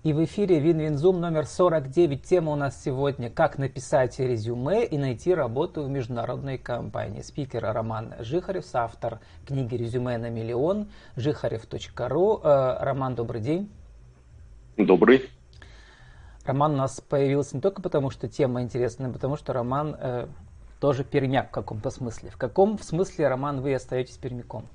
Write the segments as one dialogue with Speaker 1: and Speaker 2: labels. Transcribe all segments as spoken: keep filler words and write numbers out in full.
Speaker 1: И в эфире Вин-Вин-Зум номер сорок девять. Тема у нас сегодня «Как написать резюме и найти работу в международной компании». Спикер Роман Жихарев, автор книги «Резюме на миллион», жихарев точка ру. Роман, добрый день.
Speaker 2: Добрый.
Speaker 1: Роман у нас появился не только потому, что тема интересная, но и потому, что Роман э, тоже пермяк в каком-то смысле. В каком смысле, Роман, вы остаетесь пермяком?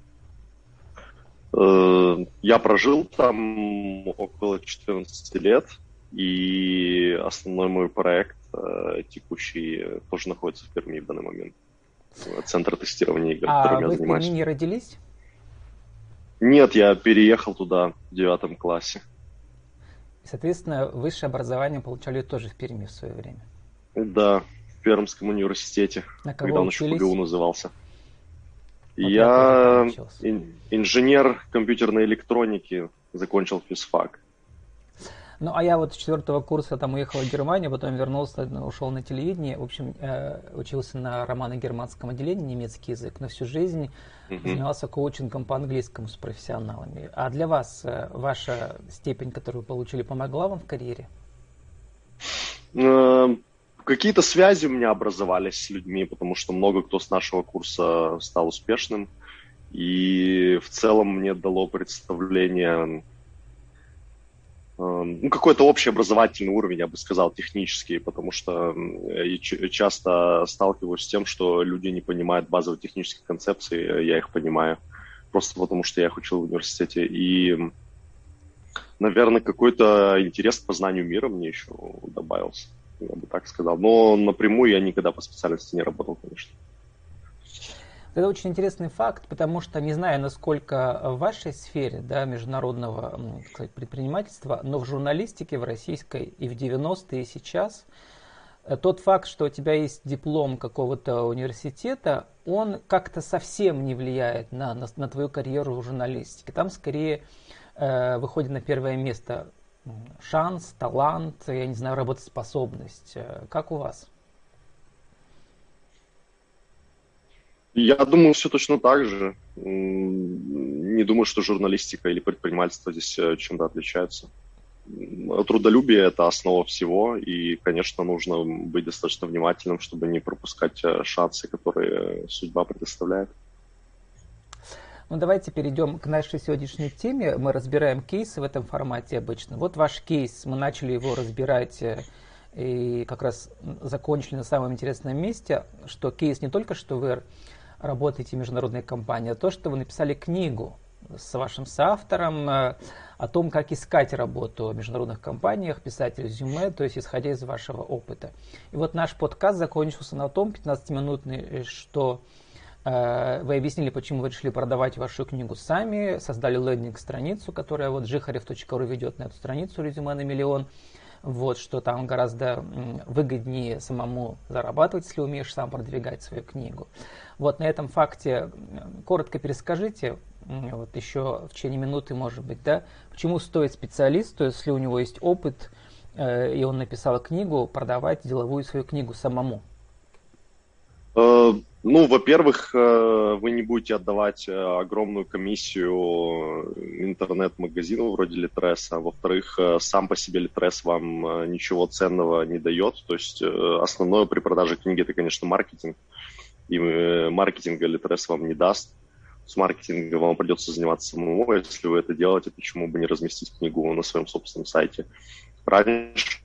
Speaker 2: Я прожил там около четырнадцати лет, и основной мой проект текущий тоже находится в Перми в данный момент. Центр тестирования игр,
Speaker 1: а
Speaker 2: которым я
Speaker 1: вы
Speaker 2: занимаюсь.
Speaker 1: в Перми не родились?
Speaker 2: Нет, я переехал туда в девятом классе.
Speaker 1: Соответственно, высшее образование получали тоже в Перми в свое время.
Speaker 2: Да, в Пермском университете,
Speaker 1: На кого
Speaker 2: когда он еще
Speaker 1: учились?
Speaker 2: ПГУ назывался.
Speaker 1: Вот
Speaker 2: я
Speaker 1: я
Speaker 2: ин- инженер компьютерной электроники, закончил физфак.
Speaker 1: Ну, а я вот с четвертого курса там уехал в Германию, потом вернулся, ушел на телевидение. В общем, э, учился на романо-германском отделении, немецкий язык, но всю жизнь
Speaker 2: Мгм.
Speaker 1: занимался коучингом по английскому с профессионалами. А для вас э, ваша степень, которую вы получили, помогла вам в карьере?
Speaker 2: Э, Какие-то связи у меня образовались с людьми, потому что много кто с нашего курса стал успешным. И в целом мне дало представление, э, ну, какой-то общий образовательный уровень, я бы сказал, технический, потому что э, я ч- часто сталкиваюсь с тем, что люди не понимают базовые технические концепции, я их понимаю, просто потому что я их учил в университете. И, наверное, какой-то интерес к познанию мира мне еще добавился, я бы так сказал. Но напрямую я никогда по специальности не работал, конечно.
Speaker 1: Это очень интересный факт, потому что, не знаю, насколько в вашей сфере, да, международного, м, так сказать, предпринимательства, но в журналистике, в российской и в девяностые, и сейчас, э, тот факт, что у тебя есть диплом какого-то университета, он как-то совсем не влияет на, на, на твою карьеру в журналистике. Там скорее э, выходит на первое место м, шанс, талант, я не знаю, работоспособность. Э, Как у вас?
Speaker 2: Я думаю, все точно так же. М, Не думаю, что журналистика или предпринимательство здесь э, чем-то отличаются. М, Трудолюбие – это основа всего, и, конечно, нужно быть достаточно внимательным, чтобы не пропускать э, шансы, которые судьба предоставляет.
Speaker 1: Ну, давайте перейдем к нашей сегодняшней теме. Мы разбираем кейсы в этом формате обычно. Вот ваш кейс, мы начали его разбирать э, и как раз закончили на самом интересном месте, что кейс не только, что вы работаете в международной компании, а то, что вы написали книгу с вашим соавтором э, о том, как искать работу в международных компаниях, писать резюме, то есть исходя из вашего опыта. И вот наш подкаст закончился на том, пятнадцатиминутный, что э, вы объяснили, почему вы решили продавать вашу книгу сами, создали лендинг-страницу, которая вот жихарев точка ру ведет на эту страницу «Резюме на миллион». Вот, что там гораздо выгоднее самому зарабатывать, если умеешь сам продвигать свою книгу. Вот на этом факте коротко перескажите, вот еще в течение минуты, может быть, да, почему стоит специалисту, если у него есть опыт, э, и он написал книгу, продавать деловую свою книгу самому?
Speaker 2: Э, Ну, во-первых, э, вы не будете отдавать э, огромную комиссию интернет-магазину вроде Литреса. Во-вторых, э, сам по себе Литрес вам э, ничего ценного не дает. То есть э, основное при продаже книги – это, конечно, маркетинг. И э, маркетинга Литрес вам не даст. С маркетингом вам придется заниматься самому. Если вы это делаете, почему бы не разместить книгу на своем собственном сайте? Раньше,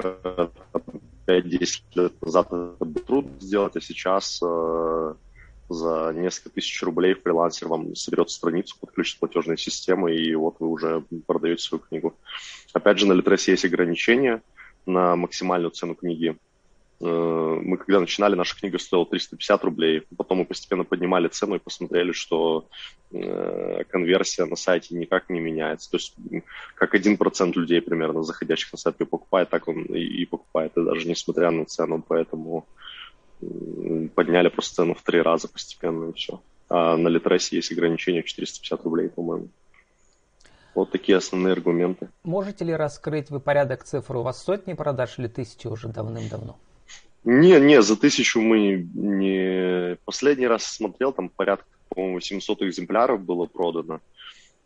Speaker 2: пять-десять лет назад, это был трудно сделать, а сейчас э, за несколько тысяч рублей фрилансер вам соберет страницу, подключит платежные системы, и вот вы уже продаете свою книгу. Опять же, на Литресе есть ограничения на максимальную цену книги. Э, Мы когда начинали, наша книга стоила триста пятьдесят рублей, потом мы постепенно поднимали цену и посмотрели, что э, конверсия на сайте никак не меняется. То есть м, как один процент людей примерно, заходящих на сайт, ее покупает, так он и, и покупает, и даже несмотря на цену, поэтому м, подняли просто цену в три раза постепенно, и все. А на Литресе есть ограничение в четыреста пятьдесят рублей, по-моему. Вот такие основные аргументы.
Speaker 1: Можете ли раскрыть вы порядок цифр? У вас сотни продаж или тысячи уже давным-давно?
Speaker 2: Не, не, за тысячу мы не... Последний раз смотрел, там порядка, по-моему, семьсот экземпляров было продано.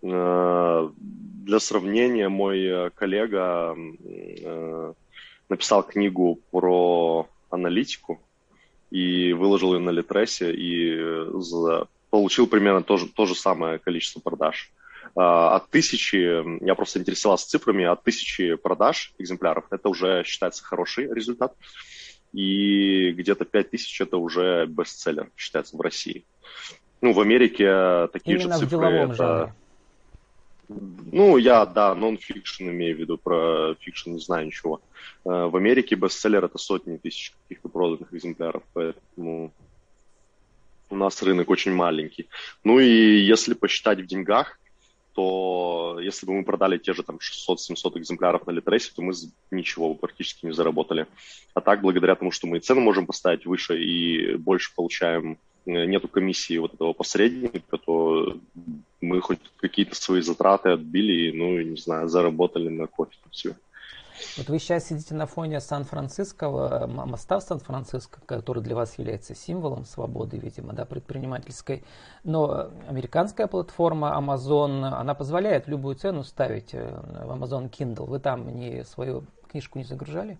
Speaker 2: Для сравнения, мой коллега написал книгу про аналитику и выложил ее на Литресе, и получил примерно то же, то же самое количество продаж. От тысячи, я просто интересовался цифрами, от тысячи продаж экземпляров это уже считается хороший результат, и где-то пять тысяч это уже бестселлер считается в России. Ну, в Америке такие
Speaker 1: Именно
Speaker 2: же цифры.
Speaker 1: В деловом
Speaker 2: это...
Speaker 1: жанре.
Speaker 2: Ну, я, да, нон-фикшн имею в виду, про фикшн не знаю ничего. В Америке бестселлер это сотни тысяч каких-то проданных экземпляров, поэтому у нас рынок очень маленький. Ну и если посчитать в деньгах, то если бы мы продали те же там шестьсот-семьсот экземпляров на Литресе, то мы ничего бы практически не заработали. А так, благодаря тому, что мы и цены можем поставить выше и больше получаем, нету комиссии вот этого посредника, то мы хоть какие-то свои затраты отбили, ну, и, не знаю, заработали на кофе. Все.
Speaker 1: Вот вы сейчас сидите на фоне Сан-Франциско, моста в Сан-Франциско, который для вас является символом свободы, видимо, да, предпринимательской. Но американская платформа Amazon, она позволяет любую цену ставить в Amazon Kindle. Вы там не свою книжку не загружали?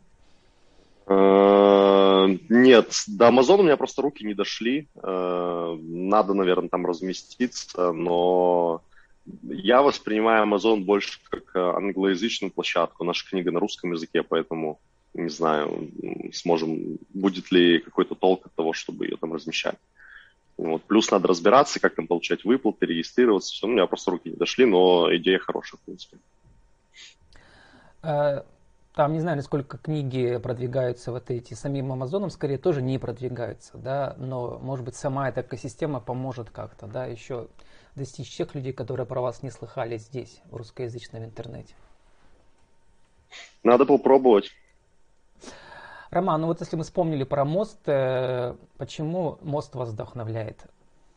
Speaker 2: Нет, до Amazon у меня просто руки не дошли. Надо, наверное, там разместиться, но я воспринимаю Amazon больше как англоязычную площадку. Наша книга на русском языке, поэтому не знаю, сможем, будет ли какой-то толк от того, чтобы ее там размещать. Вот. Плюс надо разбираться, как там получать выплаты, регистрироваться. Все. У меня просто руки не дошли, но идея хорошая, в принципе.
Speaker 1: Там, не знаю, насколько книги продвигаются вот эти самим Амазоном, скорее тоже не продвигаются, да, но, может быть, сама эта экосистема поможет как-то, да, еще достичь тех людей, которые про вас не слыхали здесь, в русскоязычном интернете.
Speaker 2: Надо попробовать.
Speaker 1: Роман, ну вот если мы вспомнили про мост, почему мост вас вдохновляет?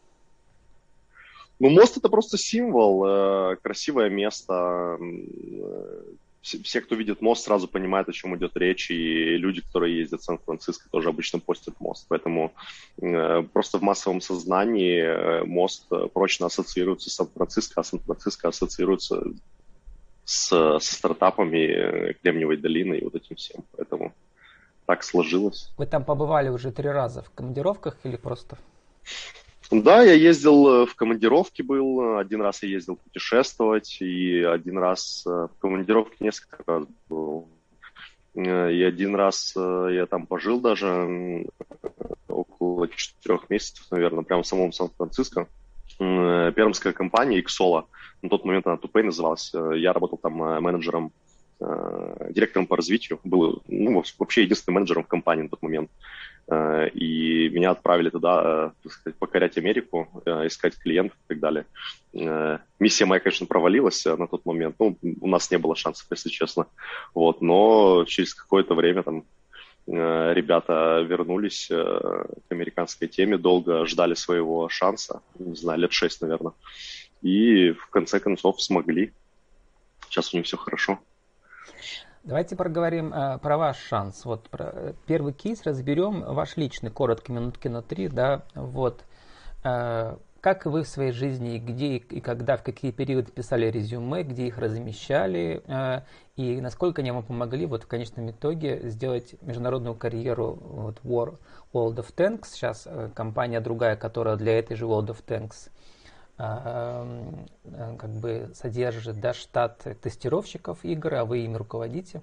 Speaker 2: Ну, мост это просто символ, красивое место. Все, кто видит мост, сразу понимают, о чем идет речь, и люди, которые ездят в Сан-Франциско, тоже обычно постят мост. Поэтому э, просто в массовом сознании э, мост прочно ассоциируется с Сан-Франциско, а Сан-Франциско ассоциируется с, со стартапами Кремниевой долины и вот этим всем. Поэтому так сложилось.
Speaker 1: Вы там побывали уже три раза в командировках или просто...
Speaker 2: Да, я ездил в командировке был, один раз я ездил путешествовать, и один раз в командировке несколько раз был. И один раз я там пожил даже около четырех месяцев, наверное, прямо в самом Сан-Франциско. Пермская компания Иксола, на тот момент она Тупей называлась, я работал там менеджером, директором по развитию, был, ну, вообще единственным менеджером в компании на тот момент. И меня отправили туда, так сказать, покорять Америку, искать клиентов и так далее. Миссия моя, конечно, провалилась на тот момент. Ну, у нас не было шансов, если честно. Вот, но через какое-то время там ребята вернулись к американской теме, долго ждали своего шанса, не знаю, лет шесть, наверное. И в конце концов смогли. Сейчас у них все хорошо.
Speaker 1: Давайте проговорим э, про ваш шанс. Вот про, первый кейс разберем, ваш личный, коротко, минутки на три, да, вот. Э, как вы в своей жизни, где и когда, в какие периоды писали резюме, где их размещали, э, и насколько они вам помогли вот в конечном итоге сделать международную карьеру вот, World of Tanks, сейчас э, компания другая, которая для этой же World of Tanks как бы содержит, да, штат тестировщиков игр, а вы ими руководите?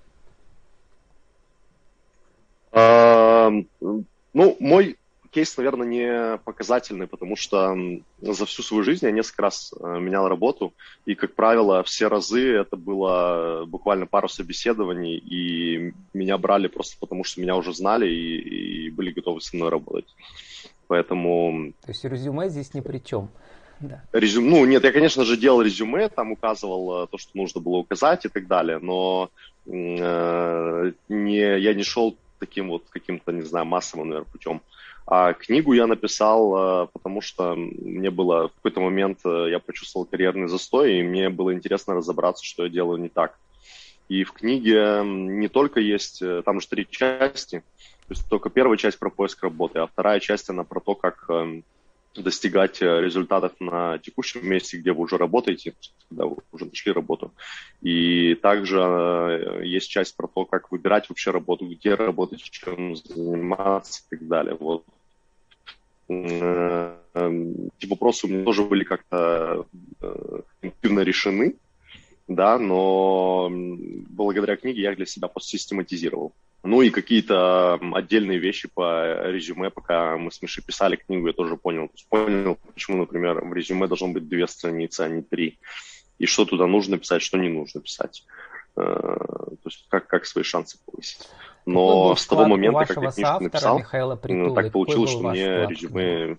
Speaker 2: А, ну, мой кейс, наверное, не показательный, потому что за всю свою жизнь я несколько раз менял работу, и, как правило, все разы это было буквально пару собеседований, и меня брали просто потому, что меня уже знали и, и были готовы со мной работать. Поэтому...
Speaker 1: То есть резюме здесь ни при чем? Да.
Speaker 2: Резюме, ну, нет, я, конечно же, делал резюме, там указывал то, что нужно было указать и так далее, но э, не, я не шел таким вот каким-то, не знаю, массовым, наверное, путем. А книгу я написал, э, потому что мне было в какой-то момент, э, я почувствовал карьерный застой, и мне было интересно разобраться, что я делаю не так. И в книге не только есть, там же три части, то есть только первая часть про поиск работы, а вторая часть, она про то, как... Э, достигать результатов на текущем месте, где вы уже работаете, когда вы уже нашли работу. И также есть часть про то, как выбирать вообще работу, где работать, чем заниматься и так далее. Вот. Эти вопросы у меня тоже были как-то интуитивно решены, да, но благодаря книге я их для себя посистематизировал. Ну и какие-то отдельные вещи по резюме, пока мы с Мишей писали книгу, я тоже понял. То есть понял, почему, например, в резюме должно быть две страницы, а не три. И что туда нужно писать, что не нужно писать. То есть как, как свои шансы повысить. Но с того момента, как я книжку написал,
Speaker 1: Михаила Притулы,
Speaker 2: так получилось, что мне резюме...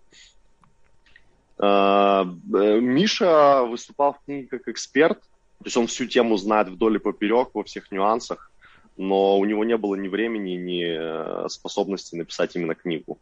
Speaker 2: Миша выступал в книге как эксперт, то есть он всю тему знает вдоль и поперек, во всех нюансах, но у него не было ни времени, ни способности написать именно книгу.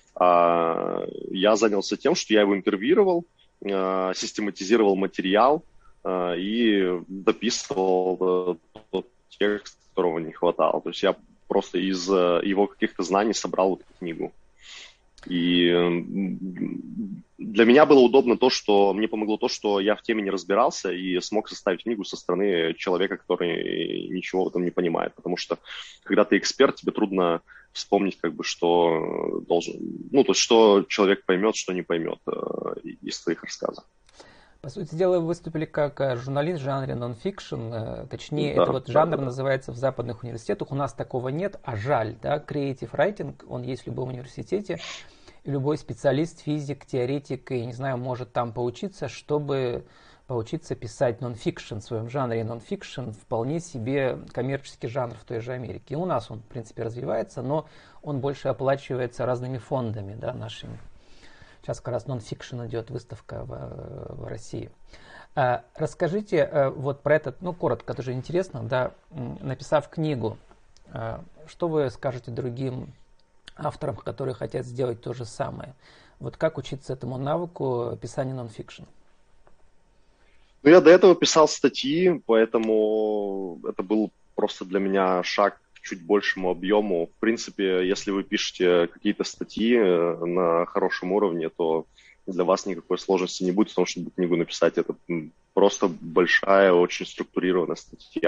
Speaker 2: Я занялся тем, что я его интервьюировал, систематизировал материал и дописывал тот текст, которого не хватало. То есть я просто из его каких-то знаний собрал эту книгу. И для меня было удобно то, что мне помогло то, что я в теме не разбирался и смог составить книгу со стороны человека, который ничего в этом не понимает. Потому что, когда ты эксперт, тебе трудно вспомнить, как бы, что должен, ну, то есть, что человек поймет, что не поймет из твоих рассказов.
Speaker 1: По сути дела, вы выступили как журналист в жанре нон-фикшн, точнее, да, это вот жанр да, да. называется в западных университетах, у нас такого нет, а жаль, да, creative writing, он есть в любом университете, и любой специалист, физик, теоретик, я не знаю, может там поучиться, чтобы поучиться писать нон-фикшн в своем жанре. Нон-фикшн вполне себе коммерческий жанр в той же Америке. И у нас он, в принципе, развивается, но он больше оплачивается разными фондами, да, нашими. Сейчас как раз нон-фикшн идет выставка в, в России. А, расскажите а, вот про этот, ну, коротко, тоже интересно, да, написав книгу, а, что вы скажете другим авторам, которые хотят сделать то же самое? Вот как учиться этому навыку писания нон-фикшн?
Speaker 2: Ну, я до этого писал статьи, поэтому это был просто для меня шаг к чуть большему объему. В принципе, если вы пишете какие-то статьи на хорошем уровне, то для вас никакой сложности не будет в том, чтобы книгу написать. Это просто большая, очень структурированная статья.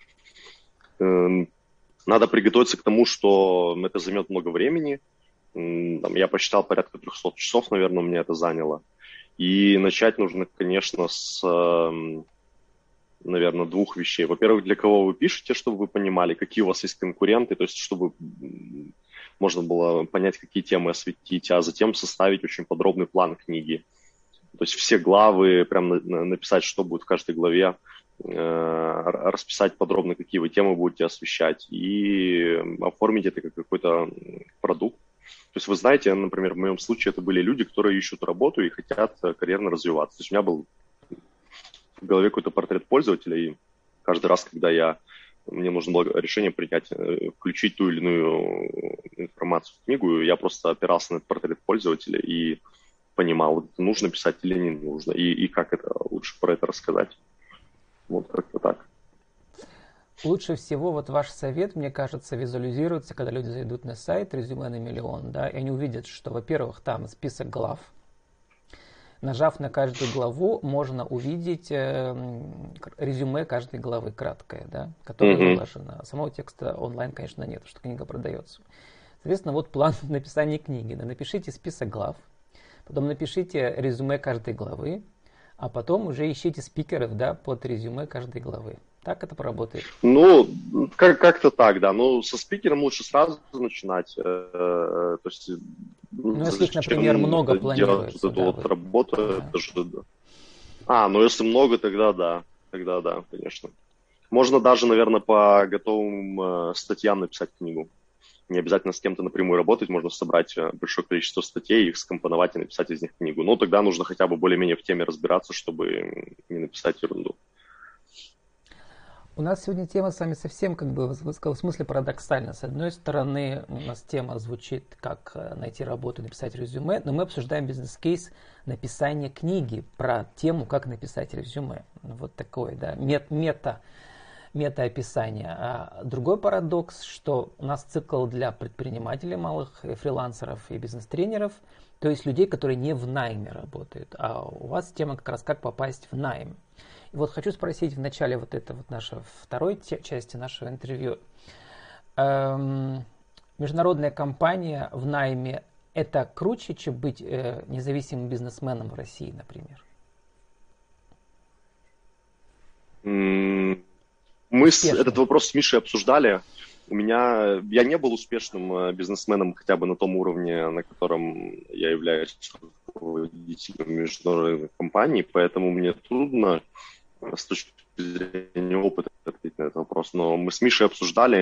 Speaker 2: Надо приготовиться к тому, что это займет много времени. Я посчитал порядка трехсот часов, наверное, у меня это заняло. И начать нужно, конечно, с, наверное, двух вещей. Во-первых, для кого вы пишете, чтобы вы понимали, какие у вас есть конкуренты, то есть чтобы можно было понять, какие темы осветить, а затем составить очень подробный план книги. То есть все главы, прям написать, что будет в каждой главе, расписать подробно, какие вы темы будете освещать, и оформить это как какой-то продукт. То есть вы знаете, например, в моем случае это были люди, которые ищут работу и хотят карьерно развиваться. То есть у меня был в голове какой-то портрет пользователя, и каждый раз, когда я, мне нужно было решение принять, включить ту или иную информацию в книгу, я просто опирался на этот портрет пользователя и понимал, вот это нужно писать или не нужно, и, и как это лучше про это рассказать. Вот как-то так.
Speaker 1: Лучше всего вот ваш совет, мне кажется, визуализируется, когда люди зайдут на сайт резюме на миллион, да, и они увидят, что, во-первых, там список глав. Нажав на каждую главу, можно увидеть э, резюме каждой главы, краткое, да, которое mm-hmm. выложено. Самого текста онлайн, конечно, нет, что книга продается. Соответственно, вот план написания книги. Да, напишите список глав, потом напишите резюме каждой главы, а потом уже ищите спикеров, да, под резюме каждой главы. Так это поработает?
Speaker 2: Ну, как- как-то так, да. Ну, со спикером лучше сразу начинать. э, То есть,
Speaker 1: Ну, если их, например, много
Speaker 2: делать
Speaker 1: планируется,
Speaker 2: вот эту
Speaker 1: да,
Speaker 2: вот
Speaker 1: вот.
Speaker 2: работу,
Speaker 1: Ага.
Speaker 2: это же, да. А, ну если много, тогда да. Тогда да, конечно. Можно даже, наверное, по готовым э, статьям написать книгу. Не обязательно с кем-то напрямую работать, можно собрать э, большое количество статей, их скомпоновать и написать из них книгу. Но тогда нужно хотя бы более-менее в теме разбираться, чтобы не написать ерунду.
Speaker 1: У нас сегодня тема с вами совсем, как бы, в в смысле парадоксальна. С одной стороны, у нас тема звучит, как э, найти работу, написать резюме, но мы обсуждаем бизнес-кейс написания книги про тему, как написать резюме. Вот такое, да, мет, мета, мета-описание. А другой парадокс, что у нас цикл для предпринимателей, малых фрилансеров и бизнес-тренеров, То есть людей, которые не в найме работают. А у вас тема как раз как попасть в найм. И вот хочу спросить в начале вот этой вот нашей второй те, части нашего интервью. Эм, международная компания в найме – это круче, чем быть э, независимым бизнесменом в России, например?
Speaker 2: Мы с, этот вопрос с Мишей обсуждали. У меня, я не был успешным бизнесменом хотя бы на том уровне, на котором я являюсь руководителем международной компании, поэтому мне трудно с точки зрения опыта ответить на этот вопрос. Но мы с Мишей обсуждали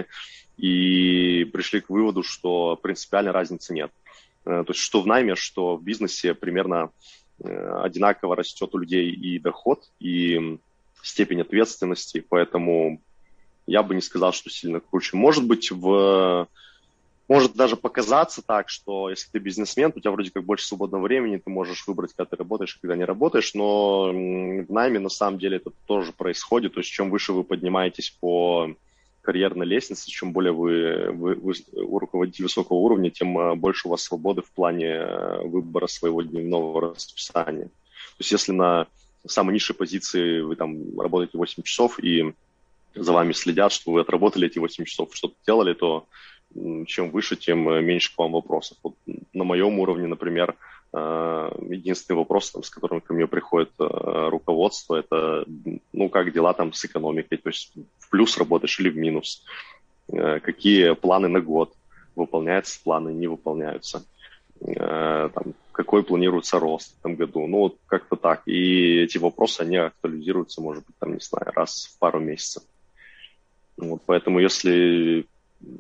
Speaker 2: и пришли к выводу, что принципиальной разницы нет. То есть что в найме, что в бизнесе примерно одинаково растет у людей и доход, и степень ответственности, поэтому я бы не сказал, что сильно круче. Может быть, в... может даже показаться так, что если ты бизнесмен, у тебя вроде как больше свободного времени, ты можешь выбрать, когда ты работаешь, когда не работаешь, но в найме на самом деле это тоже происходит. То есть чем выше вы поднимаетесь по карьерной лестнице, чем более вы, вы, вы руководитель высокого уровня, тем больше у вас свободы в плане выбора своего дневного расписания. То есть если на самой низшей позиции вы там работаете восемь часов и за вами следят, что вы отработали эти восемь часов, что-то делали, то чем выше, тем меньше к вам вопросов. Вот на моем уровне, например, единственный вопрос, там, с которым ко мне приходит руководство, это, ну, как дела там с экономикой, то есть в плюс работаешь или в минус, какие планы на год, выполняются планы, не выполняются, там, какой планируется рост в этом году, ну, вот как-то так. И эти вопросы, они актуализируются, может быть, там, не знаю, раз в пару месяцев. Вот, поэтому если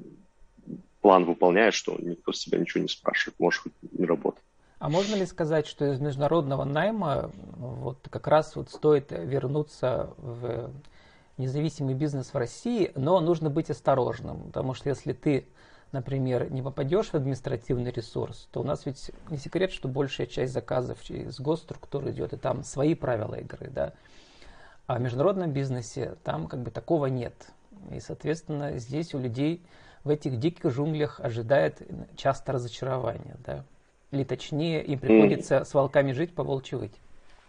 Speaker 2: план выполняешь, то никто с тебя ничего не спрашивает, можешь хоть не работать.
Speaker 1: А можно ли сказать, что из международного найма вот как раз вот стоит вернуться в независимый бизнес в России, но нужно быть осторожным, потому что если ты, например, не попадешь в административный ресурс, то у нас ведь не секрет, что большая часть заказов из госструктур идет, и там свои правила игры, да. А в международном бизнесе там как бы такого нет. И, соответственно, здесь у людей в этих диких джунглях ожидает часто разочарование, да. Или точнее, им приходится mm. с волками жить, по волчьи выть.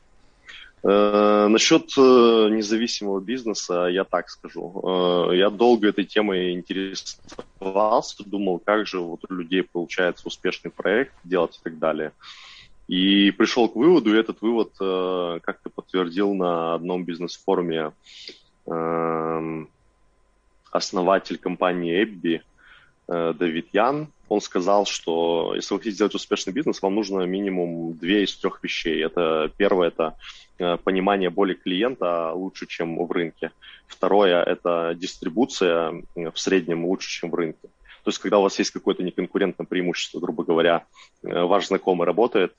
Speaker 2: Э, насчет э, независимого бизнеса я так скажу. Э, я долго этой темой интересовался, думал, как же вот у людей получается успешный проект делать и так далее. И пришел к выводу, и этот вывод э, как-то подтвердил на одном бизнес-форуме э, основатель компании Эбби э, Давид Ян. Он сказал, что если вы хотите сделать успешный бизнес, вам нужно минимум две из трех вещей. Это первое, это понимание боли клиента лучше, чем в рынке. Второе, это дистрибуция в среднем лучше, чем в рынке. То есть, когда у вас есть какое-то неконкурентное преимущество, грубо говоря, ваш знакомый работает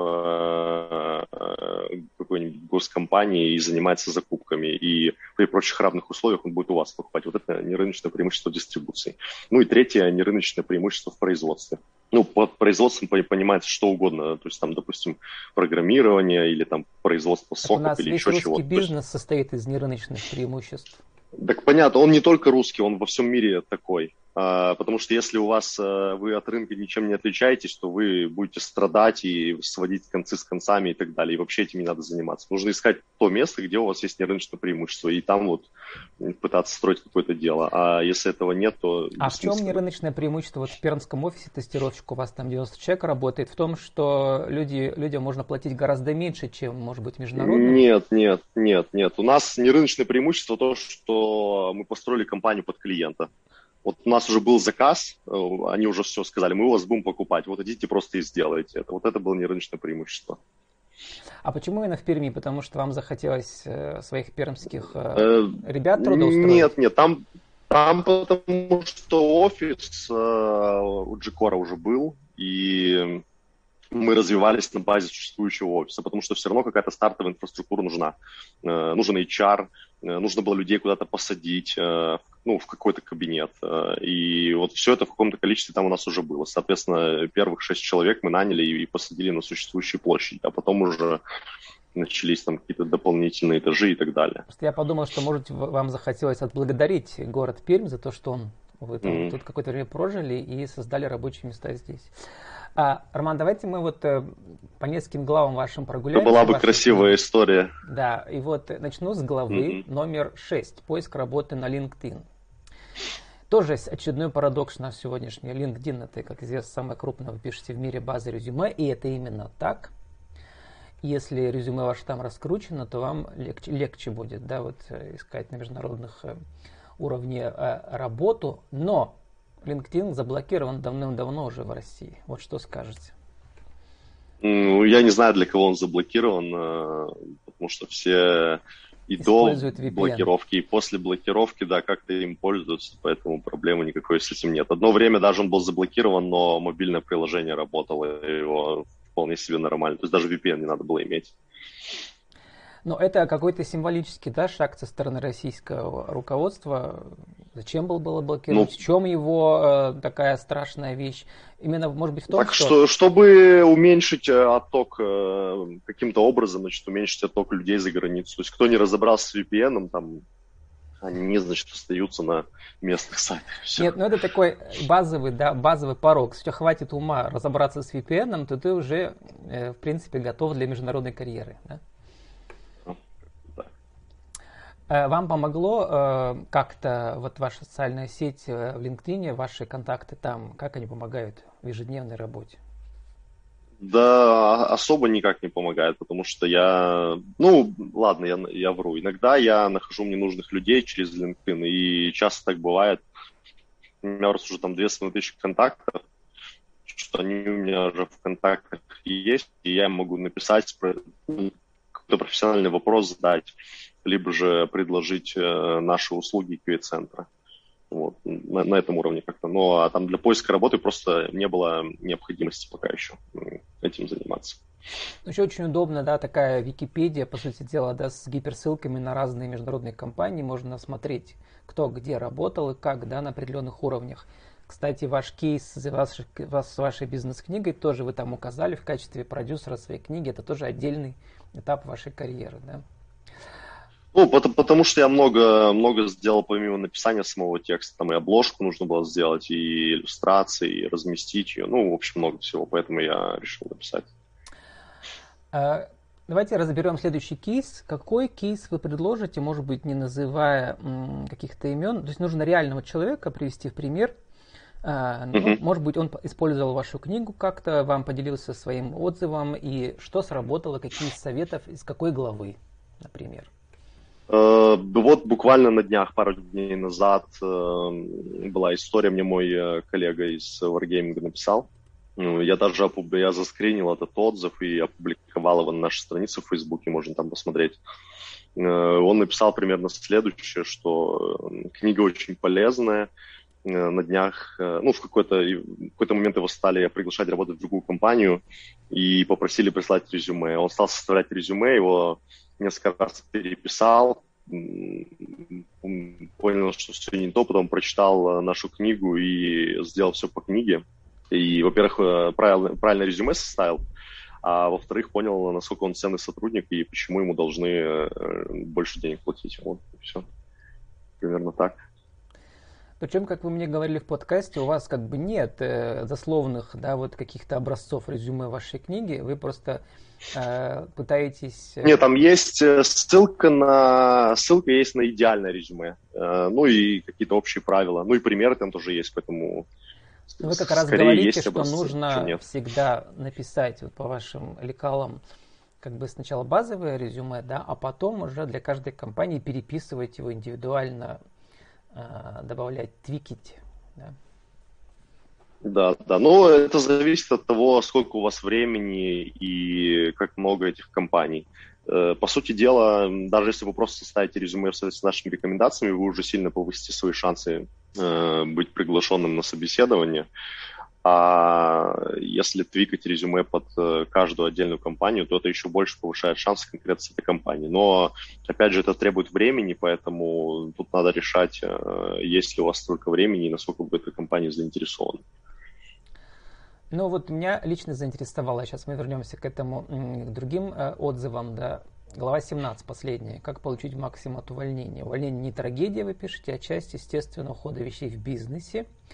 Speaker 2: в какой-нибудь госкомпании и занимается закупками, и при прочих равных условиях он будет у вас покупать. Вот это нерыночное преимущество дистрибуции. Ну и третье, нерыночное преимущество в производстве. Ну, под производством понимается что угодно, то есть там, допустим, программирование или там производство соков или еще чего-то.
Speaker 1: У нас весь русский бизнес состоит из нерыночных преимуществ.
Speaker 2: Так понятно, он не только русский, он во всем мире такой. А, потому что если у вас вы от рынка ничем не отличаетесь, то вы будете страдать и сводить концы с концами и так далее. И вообще этим не надо заниматься. Нужно искать то место, где у вас есть нерыночное преимущество, и там вот пытаться строить какое-то дело. А если этого нет, то...
Speaker 1: А в чем нерыночное преимущество? Вот в пермском офисе тестировщик у вас там девяносто человек работает. В том, что люди, людям можно платить гораздо меньше, чем, может быть, международным?
Speaker 2: Нет, нет, нет, нет. У нас нерыночное преимущество то, что мы построили компанию под клиента. Вот у нас уже был заказ, они уже все сказали, мы у вас будем покупать, вот идите просто и сделайте это. Вот это было нерыночное преимущество.
Speaker 1: А почему именно в Перми? Потому что вам захотелось э, своих пермских э, ребят трудоустроить?
Speaker 2: Нет, нет, там, там потому что офис э, у Джикора уже был, и мы развивались на базе существующего офиса, потому что все равно какая-то стартовая инфраструктура нужна. Э, нужен эйч ар, э, нужно было людей куда-то посадить, э, ну, в какой-то кабинет. Э, и вот все это в каком-то количестве там у нас уже было. Соответственно, первых шесть человек мы наняли и, и посадили на существующую площадь, а потом уже начались там какие-то дополнительные этажи и так далее.
Speaker 1: Просто я подумал, что, может, вам захотелось отблагодарить город Пермь за то, что он, вы там mm-hmm. тут какое-то время прожили и создали рабочие места здесь. А, Роман, давайте мы вот э, по нескольким главам вашим прогуляемся.
Speaker 2: Это была бы
Speaker 1: вашей
Speaker 2: красивая
Speaker 1: книги.
Speaker 2: история.
Speaker 1: Да, и вот начну с главы
Speaker 2: Мгм.
Speaker 1: номер шесть. Поиск работы на LinkedIn. Тоже очередной парадокс на сегодняшний. LinkedIn — это, как известно, самая крупная, вы пишете в мире, база резюме, и это именно так. Если резюме ваше там раскручено, то вам легче, легче будет, да, вот, э, искать на международных э, уровнях э, работу. Но LinkedIn заблокирован давным-давно уже в России. Вот что скажете?
Speaker 2: Ну, я не знаю, для кого он заблокирован, э, потому что все и до
Speaker 1: Используют ви пи эн.
Speaker 2: блокировки, и после блокировки, да, как-то им пользуются, поэтому проблемы никакой с этим нет. Одно время даже он был заблокирован, но мобильное приложение работало, и его вполне себе нормально. То есть даже ви пи эн не надо было иметь.
Speaker 1: Но это какой-то символический, да, шаг со стороны российского руководства. Зачем было, было блокировать?
Speaker 2: Ну,
Speaker 1: В чем его э, такая страшная вещь? Именно, может быть, в том,
Speaker 2: Так
Speaker 1: что...
Speaker 2: что, чтобы уменьшить э, отток э, каким-то образом, значит, уменьшить отток людей за границу. То есть кто не разобрался с ви пи эн, там, они, значит, остаются на местных сайтах. Все.
Speaker 1: Нет, ну это такой базовый, да, базовый порог. Если у тебя хватит ума разобраться с ви пи эн, то ты уже, э, в принципе, готов для международной карьеры. Да?
Speaker 2: Да.
Speaker 1: Э, Вам помогло э, как-то вот ваша социальная сеть э, в LinkedIn, ваши контакты там, как они помогают в ежедневной работе?
Speaker 2: Да, особо никак не помогает, потому что я, ну, ладно, я, я вру. Иногда я нахожу ненужных людей через LinkedIn, и часто так бывает. У меня раз уже там две с половиной тысячи контактов, что они у меня уже в контактах есть, и я им могу написать, какой-то профессиональный вопрос задать, либо же предложить э, наши услуги кью эй-центра. Вот, на, на этом уровне как-то. Ну, а там для поиска работы просто не было необходимости пока еще этим заниматься.
Speaker 1: Еще очень удобно, да, такая Википедия, по сути дела, да, с гиперссылками на разные международные компании. Можно смотреть, кто где работал и как, да, на определенных уровнях. Кстати, ваш кейс с вашей, с вашей бизнес-книгой тоже вы там указали в качестве продюсера своей книги. Это тоже отдельный этап вашей карьеры, да?
Speaker 2: Ну, потому, потому что я много, много сделал помимо написания самого текста. Там и обложку нужно было сделать, и иллюстрации, и разместить ее. Ну, в общем, много всего, поэтому я решил написать.
Speaker 1: Давайте разберем следующий кейс. Какой кейс вы предложите, может быть, не называя м, каких-то имен? То есть нужно реального человека привести в пример. А, ну,
Speaker 2: Uh-huh.
Speaker 1: может быть, он использовал вашу книгу как-то, вам поделился своим отзывом, и что сработало, какие из советов, из какой главы, например?
Speaker 2: Вот буквально на днях, пару дней назад, была история, мне мой коллега из Wargaming написал. Я даже опуб... я заскринил этот отзыв и опубликовал его на нашей странице в Фейсбуке, можно там посмотреть. Он написал примерно следующее, что книга очень полезная. На днях, ну, в какой-то, в какой-то момент его стали приглашать работать в другую компанию и попросили прислать резюме. Он стал составлять резюме, его несколько раз переписал, понял, что все не то, потом прочитал нашу книгу и сделал все по книге. И, во-первых, правильно, правильно резюме составил, а во-вторых, понял, насколько он ценный сотрудник и почему ему должны больше денег платить. Вот, и все. Примерно так.
Speaker 1: Причем, как вы мне говорили в подкасте, у вас как бы нет э, дословных, да, вот каких-то образцов резюме вашей книги, вы просто э, пытаетесь...
Speaker 2: Нет, там есть ссылка на... Ссылка есть на идеальное резюме, э, ну и какие-то общие правила, ну и примеры там тоже есть, поэтому...
Speaker 1: Вы как раз говорите, что нужно всегда написать вот по вашим лекалам как бы сначала базовое резюме, да, а потом уже для каждой компании переписывать его индивидуально, добавлять, твикить. Да.
Speaker 2: Да, да. Но это зависит от того, сколько у вас времени и как много этих компаний. По сути дела, даже если вы просто составите резюме в соответствии с нашими рекомендациями, вы уже сильно повысите свои шансы быть приглашенным на собеседование. А если твикать резюме под каждую отдельную компанию, то это еще больше повышает шансы конкретно с этой компанией. Но, опять же, это требует времени, поэтому тут надо решать, есть ли у вас столько времени и насколько вы этой компании заинтересованы.
Speaker 1: Ну вот меня лично заинтересовало, сейчас мы вернемся к этому, к другим э, отзывам, да. Глава семнадцать, последняя. Как получить максимум от увольнения. Увольнение не трагедия, вы пишете, а часть естественного хода вещей в бизнесе.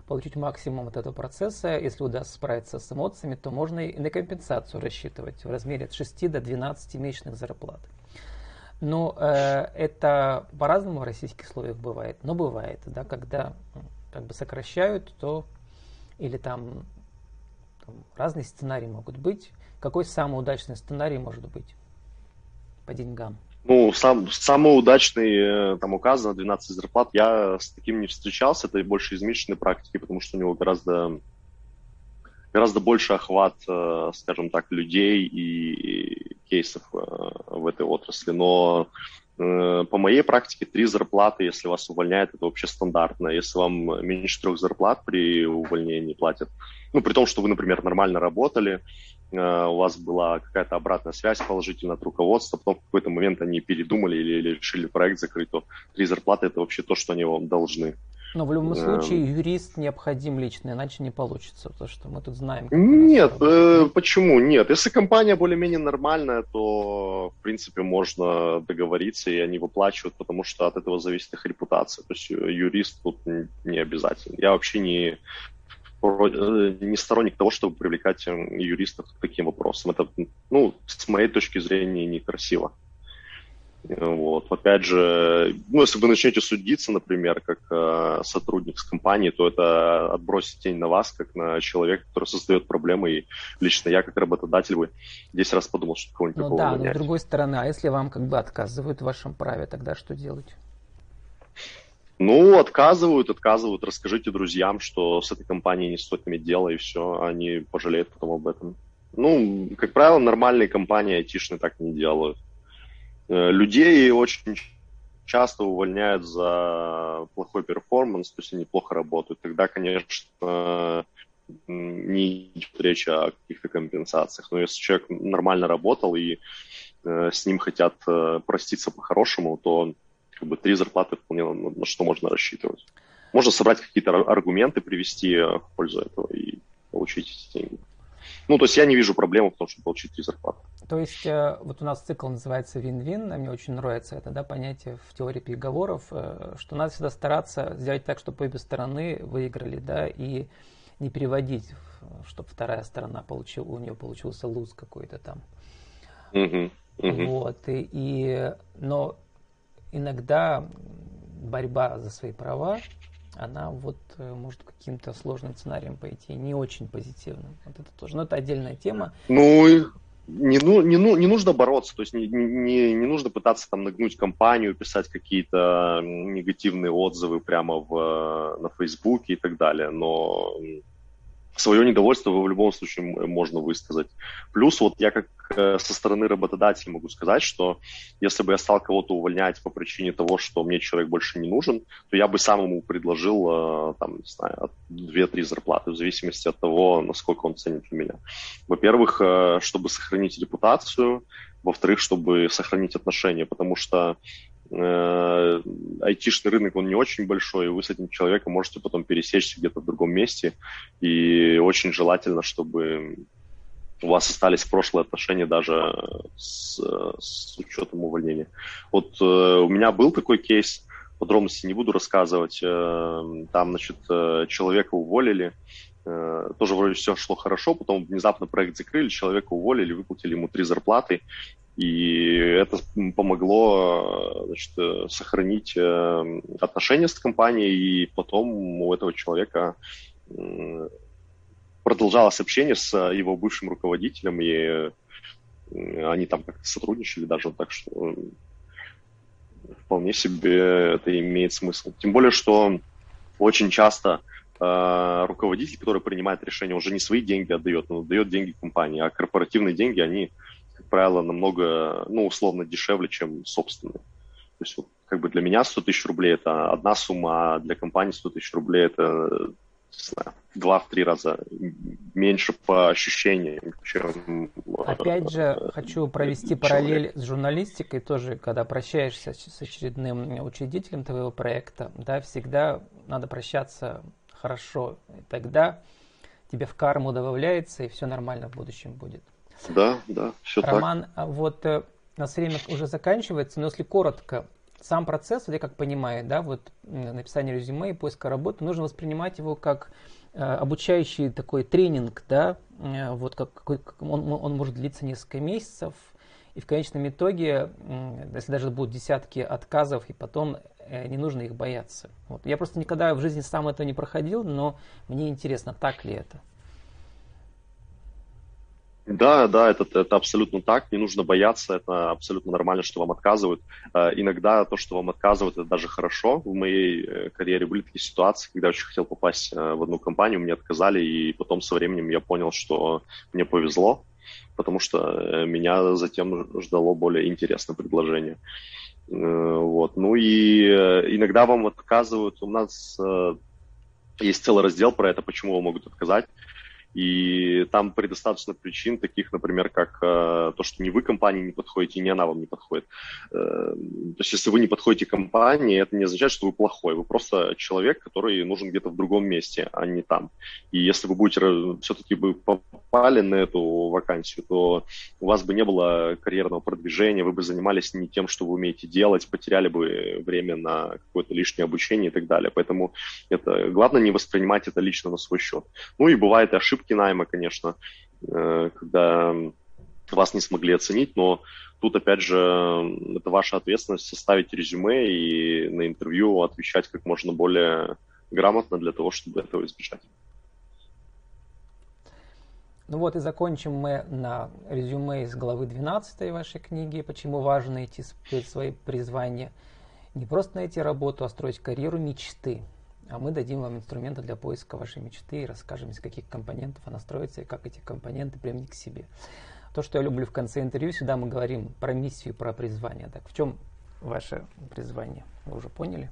Speaker 1: получить максимум от этого процесса. Если удастся справиться с эмоциями, то можно и на компенсацию рассчитывать в размере от шести до двенадцати месячных зарплат. Но э, это по-разному в российских условиях бывает. Но бывает, да, когда как бы сокращают, то или там, там разные сценарии могут быть. Какой самый удачный сценарий может быть по деньгам?
Speaker 2: Ну, сам, самый удачный, там указано двенадцать зарплат. Я с таким не встречался, это больше из месячной практики, потому что у него гораздо, гораздо больше охват, скажем так, людей и кейсов в этой отрасли. Но по моей практике три зарплаты, если вас увольняют, это вообще стандартно. Если вам меньше трех зарплат при увольнении платят, ну, при том, что вы, например, нормально работали, у вас была какая-то обратная связь положительная от руководства, потом в какой-то момент они передумали или, или решили проект закрыть, то три зарплаты – это вообще то, что они вам должны.
Speaker 1: Но в любом случае юрист необходим лично, иначе не получится, потому что мы тут знаем.
Speaker 2: Нет, э, почему нет? Если компания более-менее нормальная, то, в принципе, можно договориться, и они выплачивают, потому что от этого зависит их репутация. То есть юрист тут не обязательно. Я вообще не... не сторонник того, чтобы привлекать юристов к таким вопросам. Это, ну, с моей точки зрения, некрасиво. Вот. Опять же, ну, если вы начнете судиться, например, как э, сотрудник с компанией, то это отбросит тень на вас, как на человека, который создает проблемы. И лично я, как работодатель, бы десять раз подумал, что кого-нибудь
Speaker 1: ну,
Speaker 2: такого
Speaker 1: да,
Speaker 2: увольнять.
Speaker 1: Но с другой стороны, а если вам как бы отказывают в вашем праве, тогда что делать?
Speaker 2: Ну, отказывают, отказывают. Расскажите друзьям, что с этой компанией не стоит иметь дело, и все, они пожалеют потом об этом. Ну, как правило, нормальные компании айтишные так не делают. Людей очень часто увольняют за плохой перформанс, то есть они плохо работают. Тогда, конечно, не идет речь о каких-то компенсациях. Но если человек нормально работал и с ним хотят проститься по-хорошему, то как бы три зарплаты вполне на, на что можно рассчитывать. Можно собрать какие-то аргументы, привести в пользу этого и получить эти деньги. Ну, то есть я не вижу проблемы в том, чтобы получить три зарплаты.
Speaker 1: То есть вот у нас цикл называется win-win, а мне очень нравится это, да, понятие в теории переговоров, что надо всегда стараться сделать так, чтобы обе стороны выиграли, да, и не переводить, чтобы вторая сторона получила, у нее получился луз какой-то там.
Speaker 2: Uh-huh. Uh-huh.
Speaker 1: Вот, и, и, но иногда борьба за свои права, она вот может каким-то сложным сценарием пойти, не очень позитивным. Вот это тоже. Но это отдельная тема.
Speaker 2: Ну, не, ну, не, ну, не нужно бороться, то есть не, не, не нужно пытаться там нагнуть компанию, писать какие-то негативные отзывы прямо в, на Фейсбуке и так далее, но свое недовольство в любом случае можно высказать. Плюс вот я как со стороны работодателя могу сказать, что если бы я стал кого-то увольнять по причине того, что мне человек больше не нужен, то я бы сам ему предложил там, не знаю, две-три зарплаты в зависимости от того, насколько он ценит меня. Во-первых, чтобы сохранить репутацию, во-вторых, чтобы сохранить отношения, потому что э, айтишный рынок, он не очень большой, и вы с этим человеком можете потом пересечься где-то в другом месте, и очень желательно, чтобы у вас остались прошлые отношения даже с, с учетом увольнения. Вот э, у меня был такой кейс, подробности не буду рассказывать, э, там, значит, э, человека уволили, э, тоже вроде все шло хорошо, потом внезапно проект закрыли, человека уволили, выплатили ему три зарплаты, и это помогло, значит, сохранить э, отношения с компанией, и потом у этого человека э, продолжалось общение с его бывшим руководителем, и они там как-то сотрудничали даже, так что вполне себе это имеет смысл. Тем более, что очень часто э, руководитель, который принимает решение, уже не свои деньги отдает, но отдает деньги компании, а корпоративные деньги, они, как правило, намного, ну, условно, дешевле, чем собственные. То есть, вот, как бы для меня сто тысяч рублей – это одна сумма, а для компании сто тысяч рублей – это в два-три раза меньше по ощущениям, чем...
Speaker 1: Опять же, хочу провести человек. Параллель с журналистикой тоже, когда прощаешься с очередным учредителем твоего проекта, да, всегда надо прощаться хорошо, и тогда тебе в карму добавляется, и все нормально в будущем будет.
Speaker 2: Да, да, все
Speaker 1: Роман,
Speaker 2: так.
Speaker 1: вот у нас время уже заканчивается, но если коротко, сам процесс, вот я как понимаю, да, вот написание резюме и поиска работы, нужно воспринимать его как э, обучающий такой тренинг, да, э, вот как, какой, он, он может длиться несколько месяцев, и в конечном итоге, э, если даже будут десятки отказов, и потом э, не нужно их бояться. Вот. Я просто никогда в жизни сам этого не проходил, но мне интересно, так ли это.
Speaker 2: Да, да, это, это абсолютно так, не нужно бояться, это абсолютно нормально, что вам отказывают. Э, Иногда то, что вам отказывают, это даже хорошо. В моей э, карьере были такие ситуации, когда я очень хотел попасть э, в одну компанию, мне отказали, и потом со временем я понял, что мне повезло, потому что э, меня затем ждало более интересное предложение. Э, Вот. Ну и э, иногда вам отказывают, у нас э, есть целый раздел про это, почему вам могут отказать. И там предостаточно причин, таких, например, как э, то, что ни вы компании не подходите, ни она вам не подходит. Э, то есть, если вы не подходите компании, это не означает, что вы плохой. Вы просто человек, который нужен где-то в другом месте, а не там. И если вы будете все-таки бы попали на эту вакансию, то у вас бы не было карьерного продвижения, вы бы занимались не тем, что вы умеете делать, потеряли бы время на какое-то лишнее обучение и так далее. Поэтому это главное не воспринимать это лично на свой счет. Ну и бывают и ошибки найма, конечно, когда вас не смогли оценить, но тут, опять же, это ваша ответственность составить резюме и на интервью отвечать как можно более грамотно для того, чтобы этого избежать.
Speaker 1: Ну вот и закончим мы на резюме из главы двенадцатой вашей книги «Почему важно найти свои призвания». Не просто найти работу, а строить карьеру мечты. А мы дадим вам инструменты для поиска вашей мечты и расскажем, из каких компонентов она строится и как эти компоненты применить к себе. То, что я люблю в конце интервью, всегда мы говорим про миссию, про призвание. Так в чем ваше призвание? Вы уже поняли?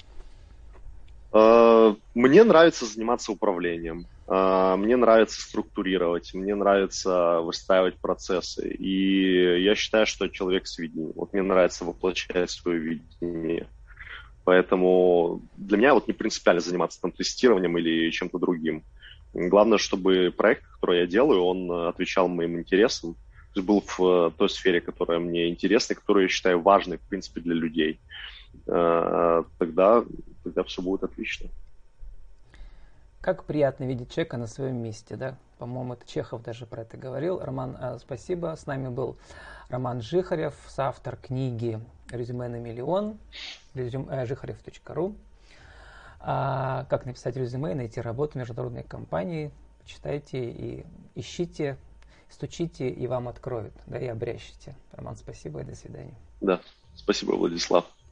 Speaker 2: Мне нравится заниматься управлением. Мне нравится структурировать, мне нравится выстраивать процессы. И я считаю, что я человек с видением. Вот мне нравится воплощать свое видение. Поэтому для меня вот не принципиально заниматься там тестированием или чем-то другим. Главное, чтобы проект, который я делаю, он отвечал моим интересам, то есть был в той сфере, которая мне интересна, которую я считаю важной, в принципе, для людей. Тогда, тогда все будет отлично.
Speaker 1: Как приятно видеть человека на своем месте, да? По-моему, это Чехов даже про это говорил. Роман, спасибо. С нами был Роман Жихарев, соавтор книги «Резюме на миллион», жихарев точка ру. А, как написать резюме и найти работу в международной компании. Почитайте и ищите, стучите, и вам откроют, да, и обрящите. Роман, спасибо и до свидания.
Speaker 2: Да, спасибо, Владислав.